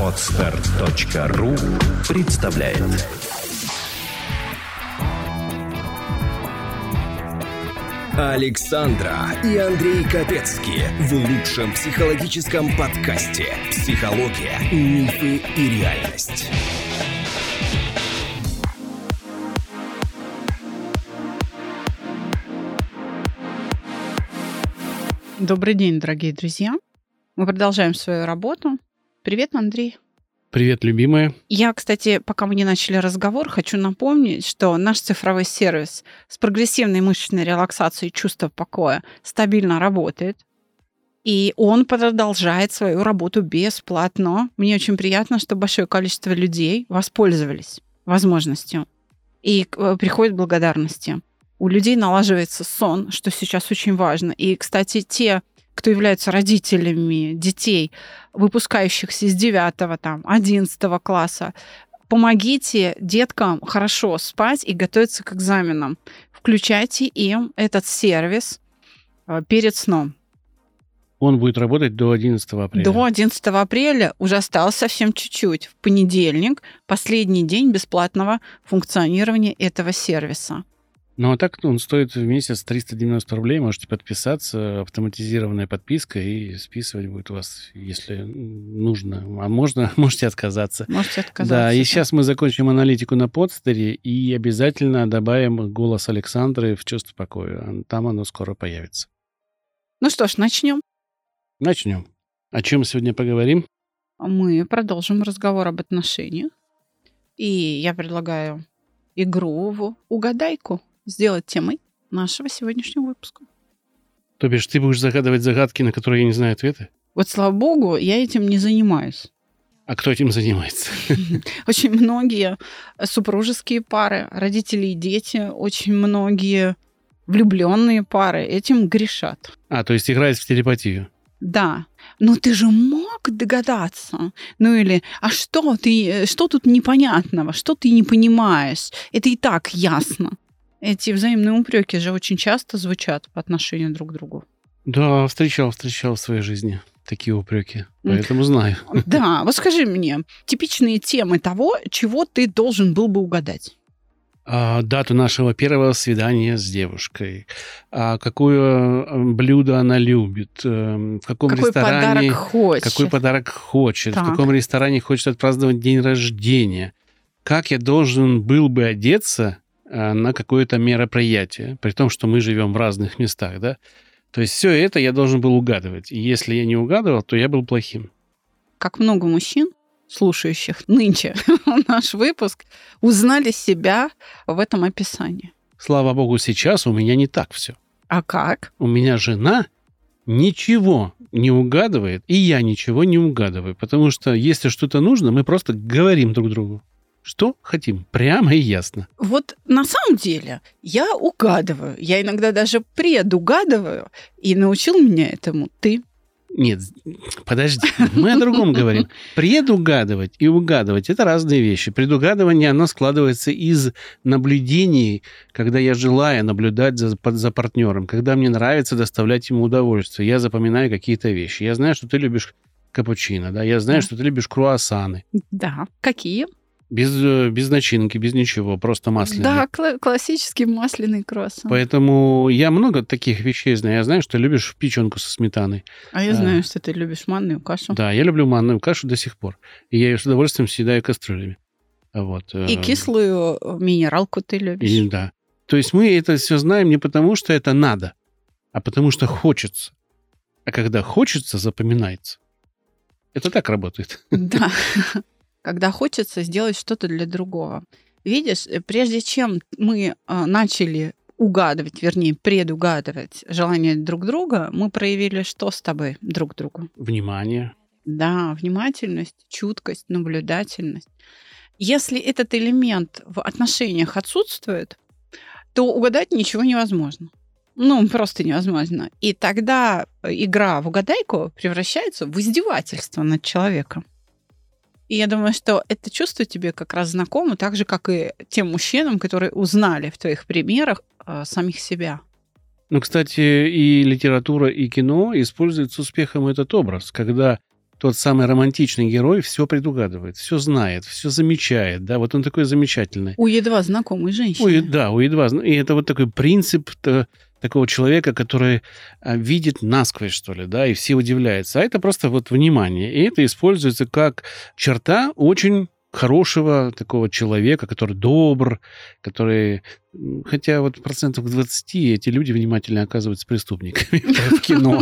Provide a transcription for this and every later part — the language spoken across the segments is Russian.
Podster.ru представляет. Александра и Андрей Капецки в лучшем психологическом подкасте «Психология, мифы и реальность». Добрый день, дорогие друзья. Мы продолжаем свою работу. Привет, Андрей. Привет, любимая. Я, кстати, пока мы не начали разговор, хочу напомнить, что наш цифровой сервис с прогрессивной мышечной релаксацией чувства покоя стабильно работает. И он продолжает свою работу бесплатно. Мне очень приятно, что большое количество людей воспользовались возможностью. И приходят благодарности. У людей налаживается сон, что сейчас очень важно. И, кстати, те, кто являются родителями детей, выпускающихся из 9, 11 класса, помогите деткам хорошо спать и готовиться к экзаменам. Включайте им этот сервис перед сном. Он будет работать до 11 апреля. До 11 апреля уже осталось совсем чуть-чуть. В понедельник последний день бесплатного функционирования этого сервиса. Ну, а так он стоит в месяц 390 рублей. Можете подписаться. Автоматизированная подписка и списывать будет у вас, если нужно. А можете отказаться. Можете отказаться. Да, и сейчас мы закончим аналитику на подстере и обязательно добавим голос Александры в чувство покоя. Там оно скоро появится. Ну что ж, начнем. Начнем. О чем сегодня поговорим? Мы продолжим разговор об отношениях. И я предлагаю игру в угадайку сделать темой нашего сегодняшнего выпуска. То бишь, ты будешь загадывать загадки, на которые я не знаю ответы? Вот, слава богу, я этим не занимаюсь. А кто этим занимается? Очень многие супружеские пары, родители и дети, очень многие влюбленные пары этим грешат. То есть играть в телепатию? Да. Но ты же мог догадаться. Ну или, что тут непонятного? Что ты не понимаешь? Это и так ясно. Эти взаимные упреки же очень часто звучат по отношению друг к другу. Да, встречал в своей жизни такие упреки, поэтому знаю. Да, вот скажи мне, типичные темы того, чего ты должен был бы угадать. Дату нашего первого свидания с девушкой, какое блюдо она любит, в каком ресторане... Какой подарок хочет, в каком ресторане хочет отпраздновать день рождения. Как я должен был бы одеться на какое-то мероприятие, при том, что мы живем в разных местах, да? То есть все это я должен был угадывать. И если я не угадывал, то я был плохим. Как много мужчин, слушающих нынче наш выпуск, узнали себя в этом описании. Слава богу, сейчас у меня не так все. А как? У меня жена ничего не угадывает, и я ничего не угадываю. Потому что если что-то нужно, мы просто говорим друг другу. Что хотим, прямо и ясно. Вот на самом деле я угадываю. Я иногда даже предугадываю. И научил меня этому ты. Нет, подожди, мы о другом говорим. Предугадывать и угадывать – это разные вещи. Предугадывание, оно складывается из наблюдений, когда я желаю наблюдать за партнером, когда мне нравится доставлять ему удовольствие. Я запоминаю какие-то вещи. Я знаю, что ты любишь капучино, да? Я знаю, что ты любишь круассаны. Да, какие? Без начинки, без ничего, просто масляный. Да, классический масляный круассан. Поэтому я много таких вещей знаю. Я знаю, что ты любишь печенку со сметаной. А я знаю, что ты любишь манную кашу. Да, я люблю манную кашу до сих пор. И я ее с удовольствием съедаю кастрюлями. Вот. И кислую минералку ты любишь. Да. То есть мы это все знаем не потому, что это надо, а потому что хочется. А когда хочется, запоминается. Это так работает. Да. Когда хочется сделать что-то для другого. Видишь, прежде чем мы начали угадывать, вернее, предугадывать желания друг друга, мы проявили что с тобой друг к другу? Внимание. Да, внимательность, чуткость, наблюдательность. Если этот элемент в отношениях отсутствует, то угадать ничего невозможно. Просто невозможно. И тогда игра в угадайку превращается в издевательство над человеком. И я думаю, что это чувство тебе как раз знакомо, так же, как и тем мужчинам, которые узнали в твоих примерах самих себя. Кстати, и литература, и кино используют с успехом этот образ, когда тот самый романтичный герой все предугадывает, все знает, все замечает, да, вот он такой замечательный. У едва знакомой женщины. У едва. И это вот такой принцип такого человека, который видит насквозь, что ли, да, и все удивляются. А это просто вот внимание. И это используется как черта очень хорошего такого человека, который добр, который... Хотя вот 20% эти люди внимательно оказываются преступниками в кино.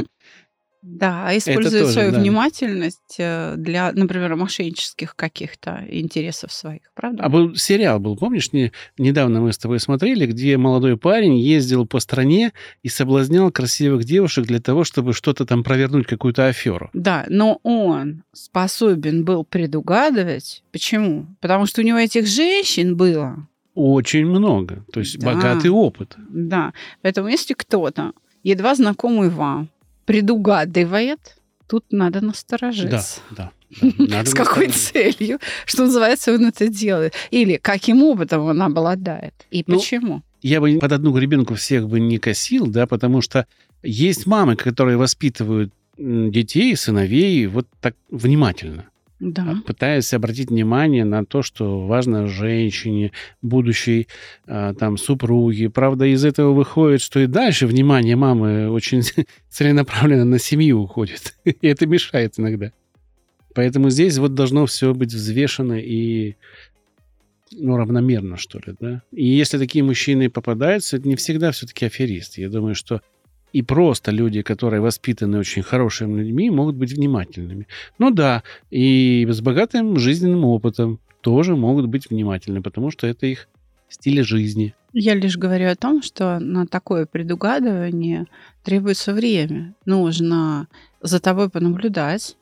Да, используют свою внимательность для, например, мошеннических каких-то интересов своих, правда? А сериал был, помнишь, недавно мы с тобой смотрели, где молодой парень ездил по стране и соблазнял красивых девушек для того, чтобы что-то там провернуть, какую-то аферу. Да, но он способен был предугадывать. Почему? Потому что у него этих женщин было очень много, то есть богатый опыт. Да, поэтому если кто-то, едва знакомый вам, предугадывает, тут надо насторожиться. Да. С какой целью? Что называется, он это делает? Или каким опытом он обладает? И почему? Я бы под одну гребенку всех бы не косил, да, потому что есть мамы, которые воспитывают детей, сыновей вот так внимательно. Да. Пытаясь обратить внимание на то, что важно женщине, будущей там супруге. Правда, из этого выходит, что и дальше внимание мамы очень целенаправленно на семью уходит. И это мешает иногда. Поэтому здесь вот должно все быть взвешено и равномерно, что ли, да. И если такие мужчины попадаются, это не всегда все-таки аферисты. Я думаю, что и просто люди, которые воспитаны очень хорошими людьми, могут быть внимательными. Ну да, и с богатым жизненным опытом тоже могут быть внимательны, потому что это их стиль жизни. Я лишь говорю о том, что на такое предугадывание требуется время. Нужно за тобой понаблюдать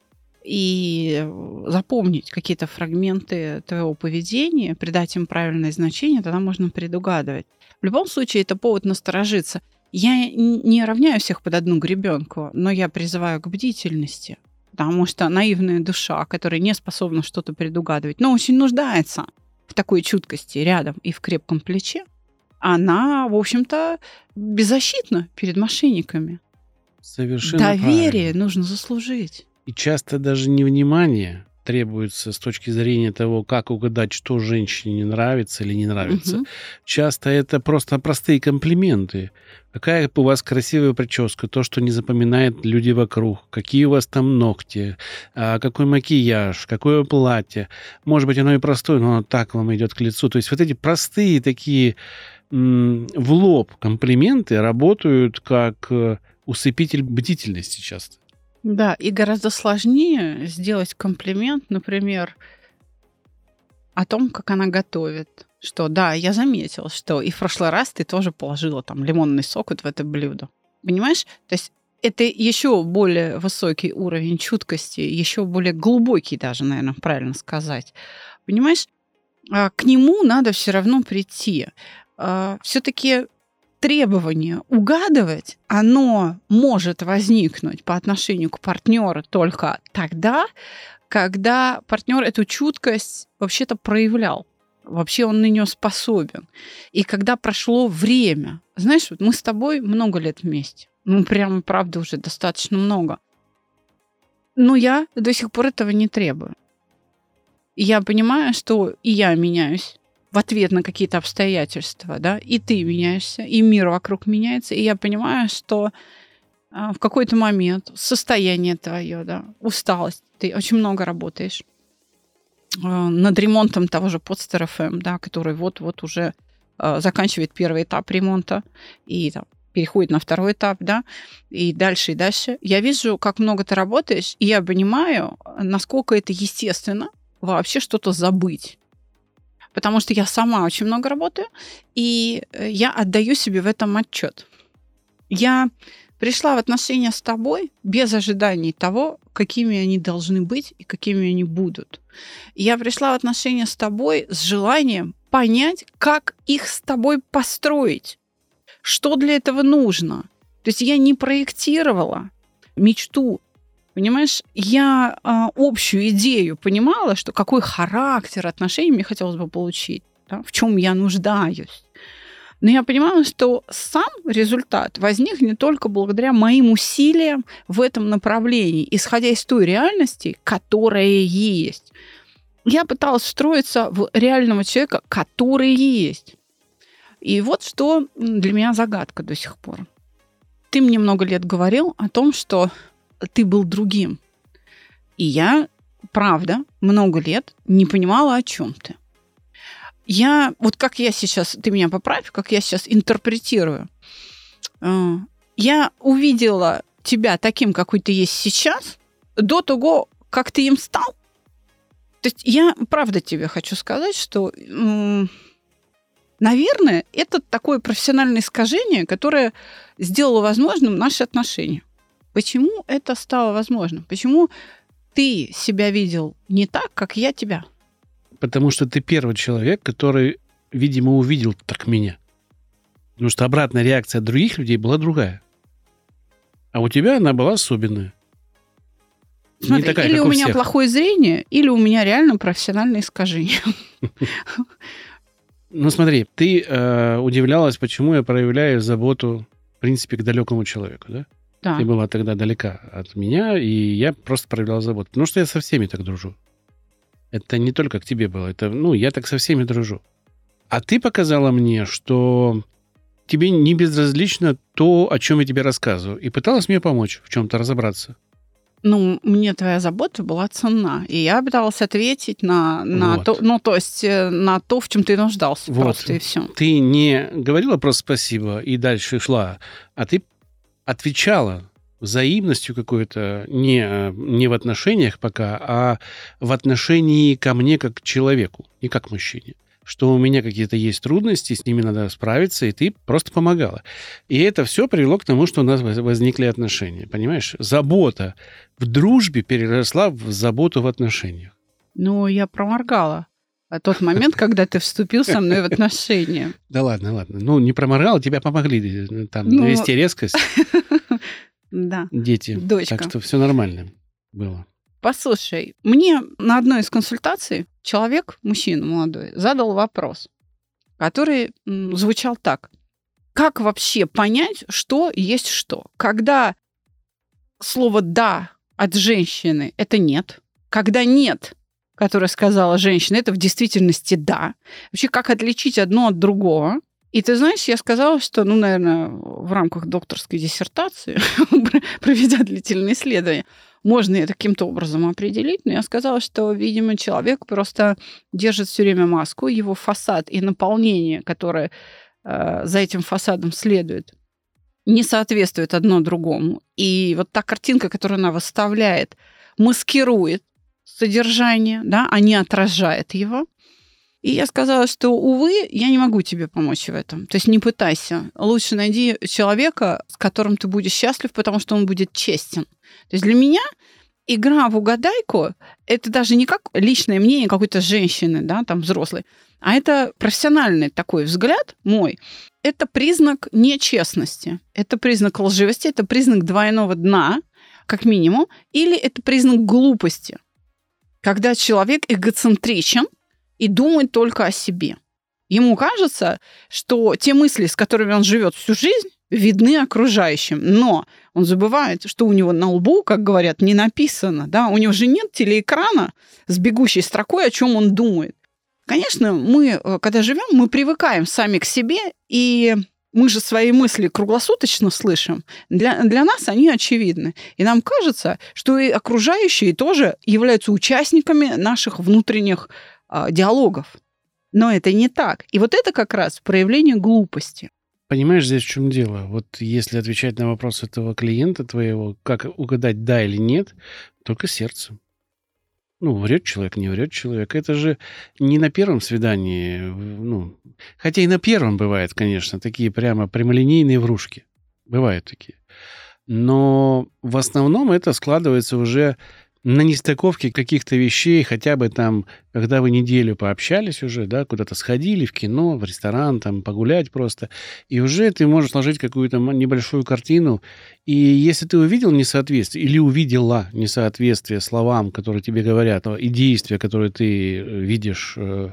и запомнить какие-то фрагменты твоего поведения, придать им правильное значение, тогда можно предугадывать. В любом случае, это повод насторожиться. Я не равняю всех под одну гребенку, но я призываю к бдительности, потому что наивная душа, которая не способна что-то предугадывать, но очень нуждается в такой чуткости рядом и в крепком плече, она, в общем-то, беззащитна перед мошенниками. Совершенно доверие правильно. Нужно заслужить. И часто даже не внимание требуется с точки зрения того, как угадать, что женщине нравится или не нравится. Угу. Часто это просто простые комплименты. Какая у вас красивая прическа, то, что не запоминают люди вокруг, какие у вас там ногти, какой макияж, какое платье. Может быть, оно и простое, но оно так вам идет к лицу. То есть вот эти простые такие в лоб комплименты работают как усыпитель бдительности часто. Да, и гораздо сложнее сделать комплимент, например, о том, как она готовит. Что, да, я заметила, что и в прошлый раз ты тоже положила там лимонный сок вот в это блюдо. Понимаешь? То есть это еще более высокий уровень чуткости, еще более глубокий даже, наверное, правильно сказать. Понимаешь? К нему надо все равно прийти. Все-таки требование угадывать, оно может возникнуть по отношению к партнеру только тогда, когда партнер эту чуткость вообще-то проявлял. Вообще он на нее способен. И когда прошло время, знаешь, вот мы с тобой много лет вместе. Ну, прямо, правда, уже достаточно много. Но я до сих пор этого не требую. И я понимаю, что и я меняюсь в ответ на какие-то обстоятельства, да, и ты меняешься, и мир вокруг меняется, и я понимаю, что в какой-то момент состояние твое, да, усталость, ты очень много работаешь над ремонтом того же Podster FM, да, который вот-вот уже заканчивает первый этап ремонта и там переходит на второй этап, да, и дальше, и дальше. Я вижу, как много ты работаешь, и я понимаю, насколько это естественно вообще что-то забыть. Потому что я сама очень много работаю, и я отдаю себе в этом отчет. Я пришла в отношения с тобой без ожиданий того, какими они должны быть и какими они будут. Я пришла в отношения с тобой с желанием понять, как их с тобой построить, что для этого нужно. То есть я не проектировала мечту. Понимаешь, я общую идею понимала, что какой характер отношений мне хотелось бы получить, да, в чем я нуждаюсь. Но я понимала, что сам результат возник не только благодаря моим усилиям в этом направлении, исходя из той реальности, которая есть. Я пыталась встроиться в реального человека, который есть. И вот что для меня загадка до сих пор. Ты мне много лет говорил о том, что ты был другим. И я, правда, много лет не понимала, о чем ты. Вот как я сейчас, ты меня поправь, как я сейчас интерпретирую. Я увидела тебя таким, какой ты есть сейчас, до того, как ты им стал. То есть я, правда, тебе хочу сказать, что, наверное, это такое профессиональное искажение, которое сделало возможным наши отношения. Почему это стало возможным? Почему ты себя видел не так, как я тебя? Потому что ты первый человек, который, видимо, увидел так меня. Потому что обратная реакция других людей была другая. А у тебя она была особенная. Смотри, не такая, или как у меня всех. Плохое зрение, или у меня реально профессиональное искажение. Ну смотри, ты удивлялась, почему я проявляю заботу, в принципе, к далекому человеку, да? Да. Ты была тогда далека от меня, и я просто проявлял заботу. Потому что я со всеми так дружу. Это не только к тебе было. Я так со всеми дружу. А ты показала мне, что тебе не безразлично то, о чем я тебе рассказываю, и пыталась мне помочь в чем-то разобраться. Мне твоя забота была ценна, и я пыталась ответить на то, на то, в чем ты нуждался, вот. Просто и все. Ты не говорила просто спасибо и дальше шла, а ты отвечала взаимностью какой-то не в отношениях пока, а в отношении ко мне как к человеку, не как к мужчине. Что у меня какие-то есть трудности, с ними надо справиться, и ты просто помогала. И это все привело к тому, что у нас возникли отношения. Понимаешь? Забота в дружбе переросла в заботу в отношениях. Я проморгала тот момент, когда ты вступил со мной в отношения. Да ладно. Не проморгала, тебя помогли там навести резкость. Да. Дети. Дочка. Так что все нормально было. Послушай, мне на одной из консультаций человек, мужчина молодой, задал вопрос, который звучал так. Как вообще понять, что есть что? Когда слово «да» от женщины – это «нет», когда «нет», которое сказала женщина, это в действительности «да». Вообще, как отличить одно от другого? И ты знаешь, я сказала, что, наверное, в рамках докторской диссертации, проведя длительные исследования, можно это каким-то образом определить, но я сказала, что, видимо, человек просто держит все время маску, его фасад и наполнение, которое за этим фасадом следует, не соответствует одно другому. И вот та картинка, которую она выставляет, маскирует содержание, да, а не отражает его. И я сказала, что, увы, я не могу тебе помочь в этом. То есть не пытайся. Лучше найди человека, с которым ты будешь счастлив, потому что он будет честен. То есть для меня игра в угадайку – это даже не как личное мнение какой-то женщины, да, там взрослой, а это профессиональный такой взгляд мой. Это признак нечестности, это признак лживости, это признак двойного дна, как минимум, или это признак глупости, когда человек эгоцентричен и думает только о себе. Ему кажется, что те мысли, с которыми он живет всю жизнь, видны окружающим. Но он забывает, что у него на лбу, как говорят, не написано. Да? У него же нет телеэкрана с бегущей строкой, о чем он думает. Конечно, мы, когда живем, мы привыкаем сами к себе, и мы же свои мысли круглосуточно слышим. Для нас они очевидны. И нам кажется, что и окружающие тоже являются участниками наших внутренних диалогов. Но это не так. И вот это как раз проявление глупости. Понимаешь, здесь в чем дело? Вот если отвечать на вопрос этого клиента твоего, как угадать да или нет, только сердцем. Врет человек, не врет человек. Это же не на первом свидании, хотя и на первом бывает, конечно, такие прямо прямолинейные врушки. Бывают такие. Но в основном это складывается уже на нестыковке каких-то вещей, хотя бы там, когда вы неделю пообщались уже, да, куда-то сходили, в кино, в ресторан, там, погулять просто, и уже ты можешь сложить какую-то небольшую картину, и если ты увидел несоответствие или увидела несоответствие словам, которые тебе говорят, и действия, которые ты видишь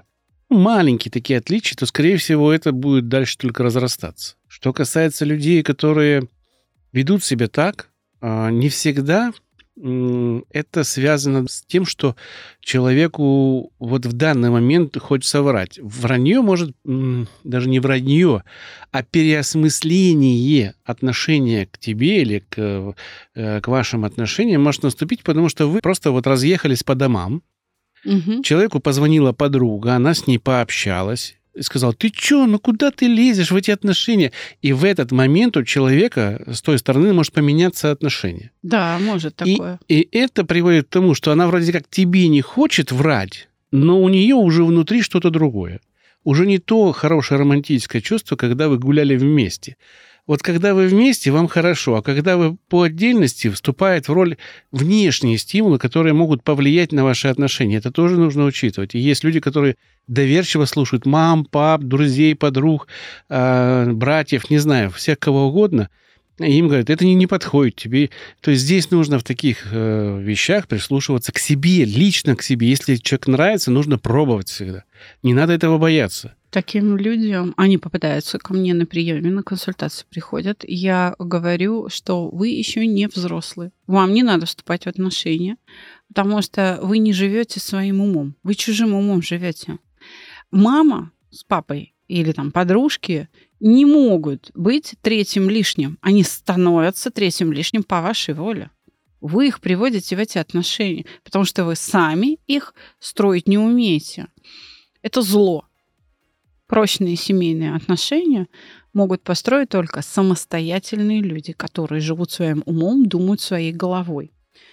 маленькие такие отличия, то, скорее всего, это будет дальше только разрастаться. Что касается людей, которые ведут себя так, не всегда это связано с тем, что человеку вот в данный момент хочется врать. Вранье может, даже не вранье, а переосмысление отношения к тебе или к вашим отношениям может наступить, потому что вы просто вот разъехались по домам. Угу. Человеку позвонила подруга, она с ней пообщалась и сказала: ты чё, ну куда ты лезешь в эти отношения? И в этот момент у человека с той стороны может поменяться отношение. Да, может такое. И это приводит к тому, что она вроде как тебе не хочет врать, но у нее уже внутри что-то другое. Уже не то хорошее романтическое чувство, когда вы гуляли вместе. Вот когда вы вместе, вам хорошо, а когда вы по отдельности, вступает в роль внешние стимулы, которые могут повлиять на ваши отношения. Это тоже нужно учитывать. И есть люди, которые доверчиво слушают мам, пап, друзей, подруг, братьев, не знаю, всех кого угодно. И им говорят: это не подходит тебе. То есть здесь нужно в таких вещах прислушиваться к себе, лично к себе. Если человек нравится, нужно пробовать всегда. Не надо этого бояться. Таким людям, они попадаются ко мне на приеме, на консультации приходят. Я говорю, что вы еще не взрослые. Вам не надо вступать в отношения, потому что вы не живете своим умом. Вы чужим умом живете. Мама с папой или там подружки не могут быть третьим лишним. Они становятся третьим лишним по вашей воле. Вы их приводите в эти отношения, потому что вы сами их строить не умеете. Это зло. Прочные семейные отношения могут построить только самостоятельные люди, которые живут своим умом, думают своей головой.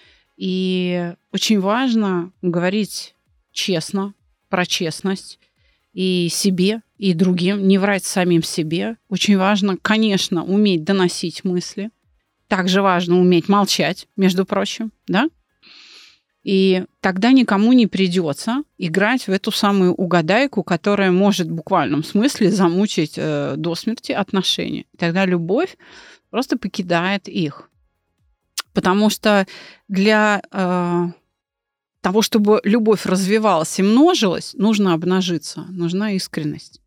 И очень важно говорить честно, про честность и себе, и другим, не врать самим себе. Очень важно, конечно, уметь доносить мысли. Также важно уметь молчать, между прочим, да? И тогда никому не придется играть в эту самую угадайку, которая может в буквальном смысле замучить до смерти отношения. Тогда любовь просто покидает их. Потому что для того, чтобы любовь развивалась и множилась, нужно обнажиться, нужна искренность.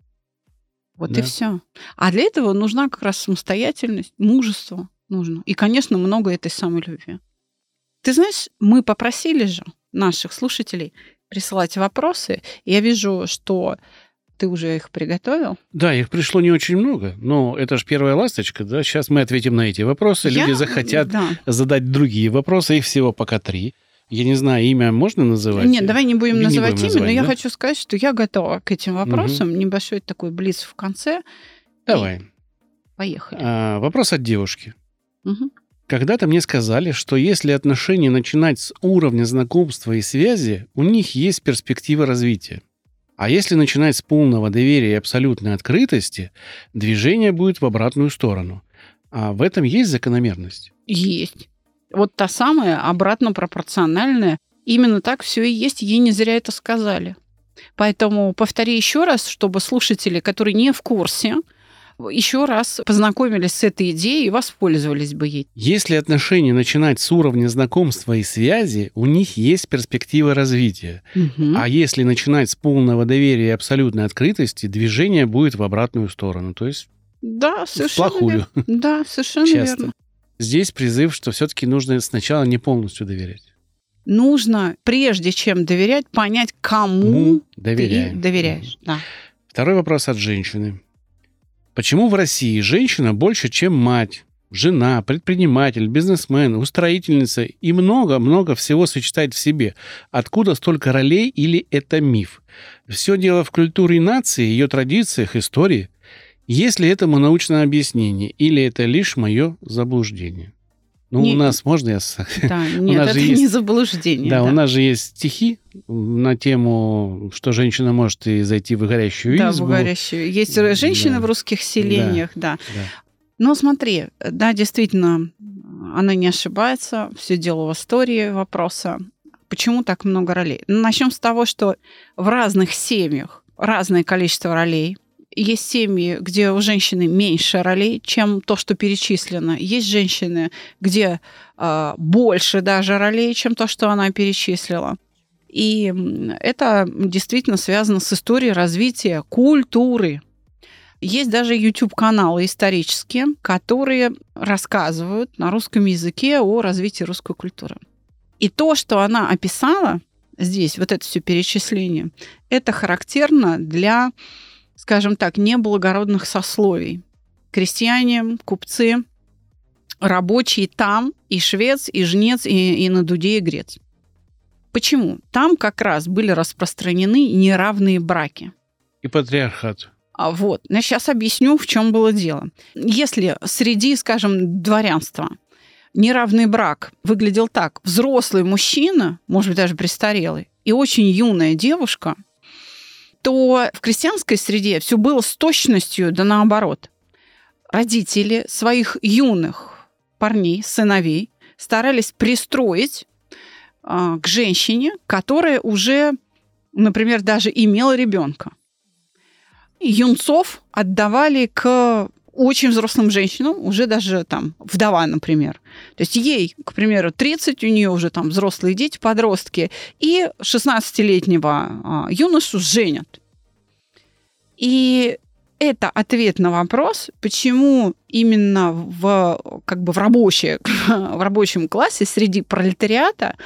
Вот да. И все. А для этого нужна как раз самостоятельность, мужество нужно. И, конечно, много этой самой любви. Ты знаешь, мы попросили же наших слушателей присылать вопросы. Я вижу, что ты уже их приготовил. Да, их пришло не очень много, но это же первая ласточка, да? Сейчас мы ответим на эти вопросы. Люди захотят задать другие вопросы, их всего пока 3. Я не знаю, имя можно называть? Нет, давай не будем называть имя, но я хочу сказать, что я готова к этим вопросам. Угу. Небольшой такой блиц в конце. Давай. Поехали. Вопрос от девушки. Угу. Когда-то мне сказали, что если отношения начинать с уровня знакомства и связи, у них есть перспектива развития. А если начинать с полного доверия и абсолютной открытости, движение будет в обратную сторону. А в этом есть закономерность? Есть. Вот та самая обратно пропорциональная. Именно так все и есть. Ей не зря это сказали. Поэтому повтори еще раз, чтобы слушатели, которые не в курсе, еще раз познакомились с этой идеей и воспользовались бы ей. Если отношения начинать с уровня знакомства и связи, у них есть перспектива развития. Угу. А если начинать с полного доверия и абсолютной открытости, движение будет в обратную сторону. То есть да, совершенно в плохую. Верно. Да, совершенно часто. Верно. Здесь призыв, что все-таки нужно сначала не полностью доверять. Нужно, прежде чем доверять, понять, кому ты доверяешь. Да. Второй вопрос от женщины. Почему в России женщина больше, чем мать, жена, предприниматель, бизнесмен, устроительница и много-много всего сочетает в себе? Откуда столько ролей или это миф? Все дело в культуре нации, ее традициях, истории. Есть ли этому научное объяснение или это лишь мое заблуждение? Ну, у нас можно я... Да, нет, это не заблуждение. Да, у нас же есть стихи на тему, что женщина может и зайти в горящую избу. Да, в горящую. Есть женщины в русских селениях, да. Но смотри, да, действительно, она не ошибается. Все дело в истории вопроса. Почему так много ролей? Начнем с того, что в разных семьях разное количество ролей. Есть семьи, где у женщины меньше ролей, чем то, что перечислено. Есть женщины, где больше даже ролей, чем то, что она перечислила. И это действительно связано с историей развития культуры. Есть даже YouTube-каналы исторические, которые рассказывают на русском языке о развитии русской культуры. И то, что она описала здесь, вот это все перечисление, это характерно для, скажем так, неблагородных сословий. Крестьяне, купцы, рабочие там и швец, и жнец, и на дуде, и грец. Почему? Там как раз были распространены неравные браки. И патриархат. Вот. Я сейчас объясню, в чем было дело. Если среди, скажем, дворянства неравный брак выглядел так: взрослый мужчина, может быть, даже престарелый, и очень юная девушка, то в крестьянской среде все было с точностью да наоборот. Родители своих юных парней, сыновей старались пристроить к женщине, которая уже, например, даже имела ребенка. Юнцов отдавали к очень взрослым женщинам, уже даже там вдова, например. То есть ей, к примеру, 30, у нее уже там взрослые дети, подростки, и 16-летнего юношу женят. И это ответ на вопрос, почему именно в рабочем классе среди пролетариата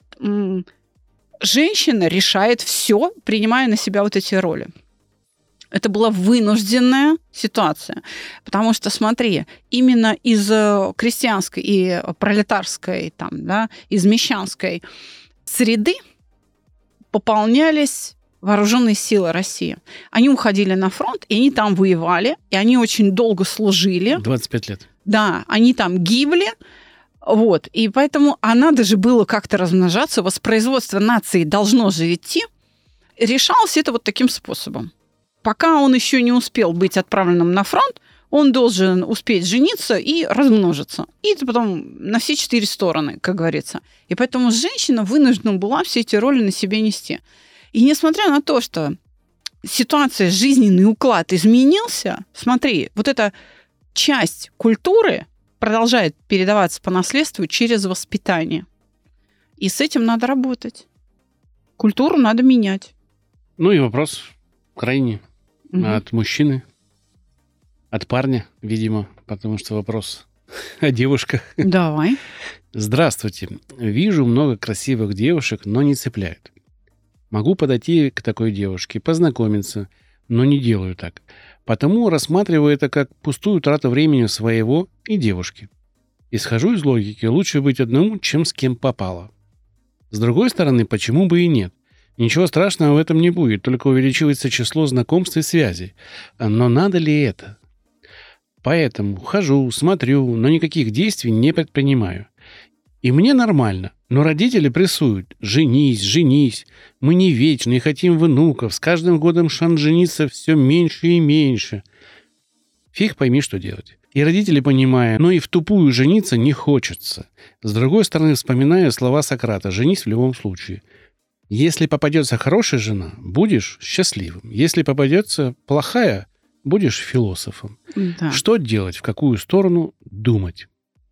женщина решает все, принимая на себя вот эти роли. Это была вынужденная ситуация. Потому что, смотри, именно из крестьянской и пролетарской, из мещанской среды пополнялись вооруженные силы России. Они уходили на фронт, и они там воевали, и они очень долго служили. 25 лет. Да, они там гибли. Вот. И поэтому надо же было как-то размножаться. Воспроизводство нации должно же идти. Решалось это вот таким способом. Пока он еще не успел быть отправленным на фронт, он должен успеть жениться и размножиться. И это потом на все 4 стороны, как говорится. И поэтому женщина вынуждена была все эти роли на себе нести. И несмотря на то, что ситуация, жизненный уклад изменился, смотри, вот эта часть культуры продолжает передаваться по наследству через воспитание. И с этим надо работать. Культуру надо менять. Ну и вопрос крайний. От мужчины, от парня, видимо, потому что вопрос о девушках. Давай. Здравствуйте. Вижу много красивых девушек, но не цепляют. Могу подойти к такой девушке, познакомиться, но не делаю так. Потому рассматриваю это как пустую трату времени своего и девушки. Исхожу из логики: лучше быть одному, чем с кем попало. С другой стороны, почему бы и нет? Ничего страшного в этом не будет, только увеличивается число знакомств и связей. Но надо ли это? Поэтому хожу, смотрю, но никаких действий не предпринимаю. И мне нормально, но родители прессуют: женись, женись. Мы не вечны и хотим внуков. С каждым годом шанс жениться все меньше и меньше. Фиг пойми, что делать. И родители, понимая, но и в тупую жениться не хочется. С другой стороны, вспоминаю слова Сократа: женись в любом случае. Если попадется хорошая жена, будешь счастливым. Если попадется плохая, будешь философом. Да. Что делать, в какую сторону думать?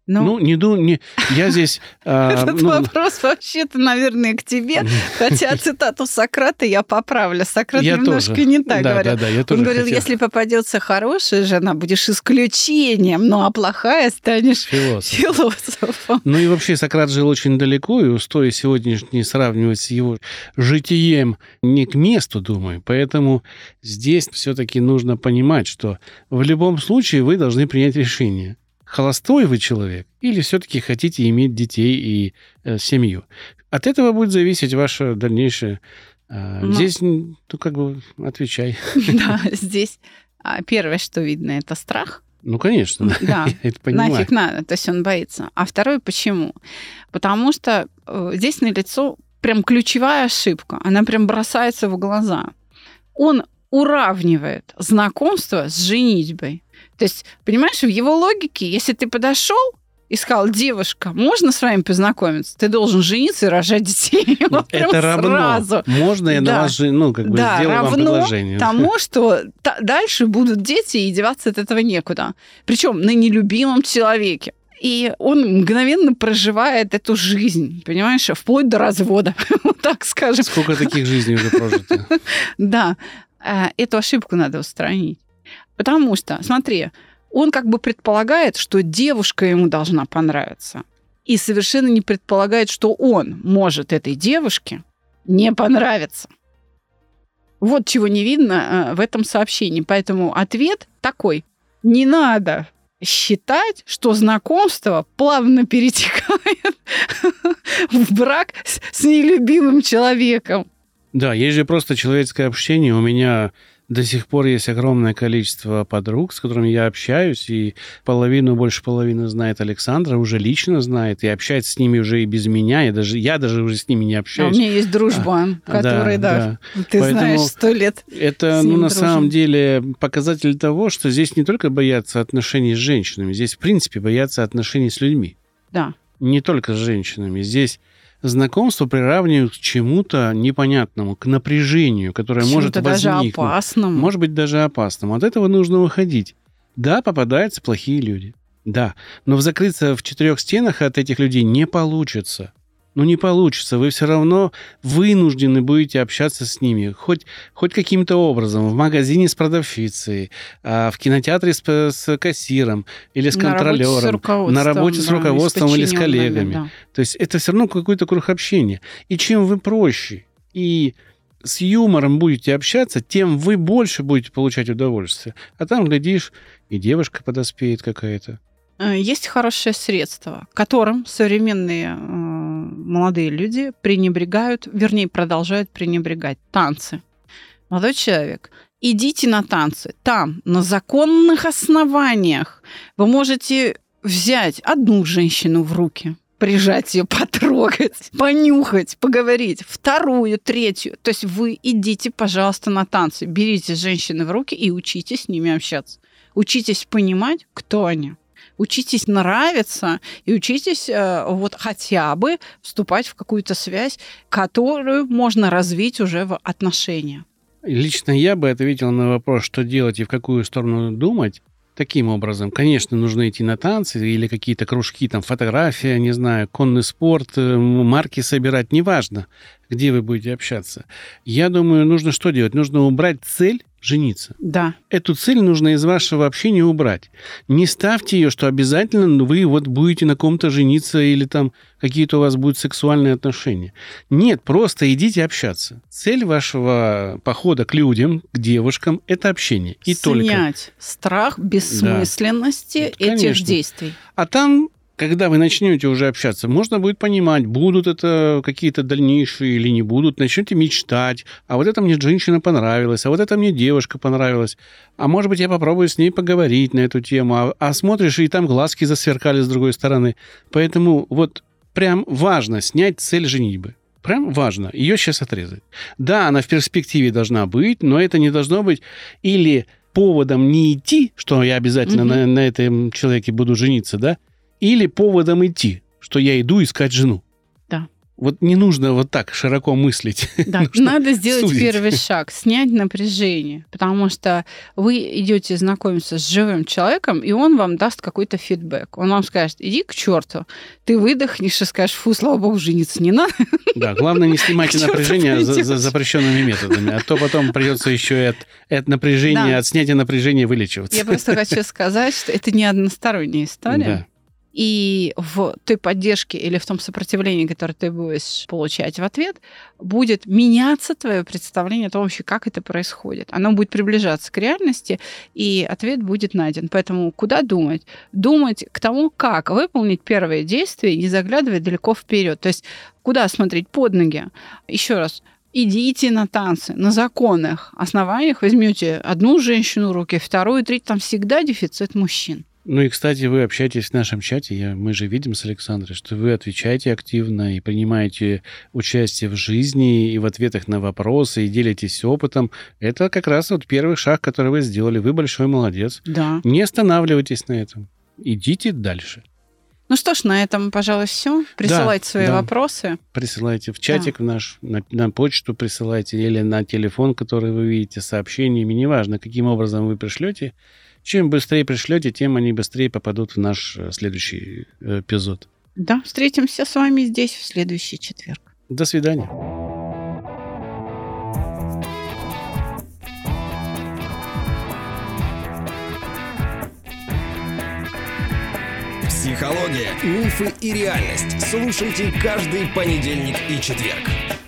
Я здесь... Этот вопрос вообще-то, наверное, к тебе. Хотя цитату Сократа я поправлю. Сократ немножко не так говорил. Он говорил: если попадется хорошая жена, будешь исключением, ну а плохая станешь философом. Ну и вообще Сократ жил очень далеко, и устои сегодняшние сравнивать с его житием не к месту, думаю. Поэтому здесь все-таки нужно понимать, что в любом случае вы должны принять решение. Холостой вы человек или все-таки хотите иметь детей и семью? От этого будет зависеть ваше дальнейшее. Здесь, отвечай. Да, здесь первое, что видно, это страх. Ну, конечно, да. Я это понимаю. Нафиг надо, то есть он боится. А второе, почему? Потому что здесь налицо прям ключевая ошибка. Она прям бросается в глаза. Он уравнивает знакомство с женитьбой. То есть, понимаешь, в его логике, если ты подошел и сказал: девушка, можно с вами познакомиться? Ты должен жениться и рожать детей. Это равно. Сразу. Можно я на вас сделаю вам предложение? Да, равно тому, что дальше будут дети, и деваться от этого некуда. Причем на нелюбимом человеке. И он мгновенно проживает эту жизнь, понимаешь, вплоть до развода, вот так скажем. Сколько таких жизней уже прожито? Да, эту ошибку надо устранить. Потому что, смотри, он как бы предполагает, что девушка ему должна понравиться. И совершенно не предполагает, что он может этой девушке не понравиться. Вот чего не видно в этом сообщении. Поэтому ответ такой. Не надо считать, что знакомство плавно перетекает в брак с нелюбимым человеком. Да, есть же просто человеческое общение. У меня до сих пор есть огромное количество подруг, с которыми я общаюсь, и больше половины знает Александра, уже лично знает, и общается с ними уже и без меня. Я даже уже с ними не общаюсь. У меня есть дружбан, который, да, ты поэтому знаешь, 100 лет. Это, на самом деле показатель того, что здесь не только боятся отношений с женщинами, здесь, в принципе, боятся отношений с людьми. Да. Не только с женщинами. Здесь знакомство приравнивают к чему-то непонятному, к напряжению, которое может возникнуть. Даже опасному. Может быть, даже опасному. От этого нужно уходить. Да, попадаются плохие люди. Да, но закрыться в 4 стенах от этих людей не получится. Не получится. Вы все равно вынуждены будете общаться с ними. Хоть каким-то образом. В магазине с продавщицей, в кинотеатре с кассиром или с контролером. На работе с руководством или с коллегами. Да. То есть это все равно какой-то круг общения. И чем вы проще и с юмором будете общаться, тем вы больше будете получать удовольствие. А там, глядишь, и девушка подоспеет какая-то. Есть хорошее средство, которым современные молодые люди пренебрегают, вернее, продолжают пренебрегать. Танцы. Молодой человек, идите на танцы. Там, на законных основаниях, вы можете взять одну женщину в руки, прижать ее, потрогать, понюхать, поговорить, вторую, третью. То есть вы идите, пожалуйста, на танцы, берите женщины в руки и учитесь с ними общаться. Учитесь понимать, кто они. Учитесь нравиться и учитесь вот хотя бы вступать в какую-то связь, которую можно развить уже в отношения. Лично я бы ответил на вопрос, что делать и в какую сторону думать. Таким образом, конечно, нужно идти на танцы или какие-то кружки, там, фотография, не знаю, конный спорт, марки собирать, неважно, где вы будете общаться. Я думаю, нужно что делать? Нужно убрать цель жениться. Да. Эту цель нужно из вашего общения убрать. Не ставьте ее, что обязательно вы вот будете на ком-то жениться или там какие-то у вас будут сексуальные отношения. Нет, просто идите общаться. Цель вашего похода к людям, к девушкам – это общение. И только. Снять страх бессмысленности этих действий. А там, когда вы начнете уже общаться, можно будет понимать, будут это какие-то дальнейшие или не будут. Начнете мечтать. А вот это мне женщина понравилась, а вот это мне девушка понравилась. А может быть, я попробую с ней поговорить на эту тему. А смотришь, и там глазки засверкали с другой стороны. Поэтому вот прям важно снять цель женитьбы. Прям важно ее сейчас отрезать. Да, она в перспективе должна быть, но это не должно быть или поводом не идти, что я обязательно на этом человеке буду жениться, да, или поводом идти, что я иду искать жену. Да. Вот не нужно вот так широко мыслить. Да, надо сделать первый шаг, снять напряжение, потому что вы идете знакомиться с живым человеком, и он вам даст какой-то фидбэк. Он вам скажет: иди к черту, ты выдохнешь и скажешь: фу, слава богу, жениться не надо. Да, главное, не снимайте напряжение за запрещенными методами, а то потом придется еще и от напряжения, от снятия напряжения вылечиваться. Я просто хочу сказать, что это не односторонняя история. Да. И в той поддержке или в том сопротивлении, которое ты будешь получать в ответ, будет меняться твое представление о том, вообще, как это происходит. Оно будет приближаться к реальности, и ответ будет найден. Поэтому куда думать? Думать к тому, как выполнить первое действие, не заглядывая далеко вперед. То есть куда смотреть? Под ноги. Еще раз. Идите на танцы, на законных основаниях возьмете одну женщину в руки, вторую, третью. Там всегда дефицит мужчин. Ну и, кстати, вы общаетесь в нашем чате, мы же видим с Александрой, что вы отвечаете активно и принимаете участие в жизни и в ответах на вопросы, и делитесь опытом. Это как раз вот первый шаг, который вы сделали. Вы большой молодец. Да. Не останавливайтесь на этом. Идите дальше. Ну что ж, на этом, пожалуй, все. Присылайте свои вопросы. Присылайте в чатик наш, на почту присылайте или на телефон, который вы видите, сообщениями. Неважно, каким образом вы пришлете. Чем быстрее пришлете, тем они быстрее попадут в наш следующий эпизод. Да, встретимся с вами здесь в следующий четверг. До свидания. Психология, мифы и реальность. Слушайте каждый понедельник и четверг.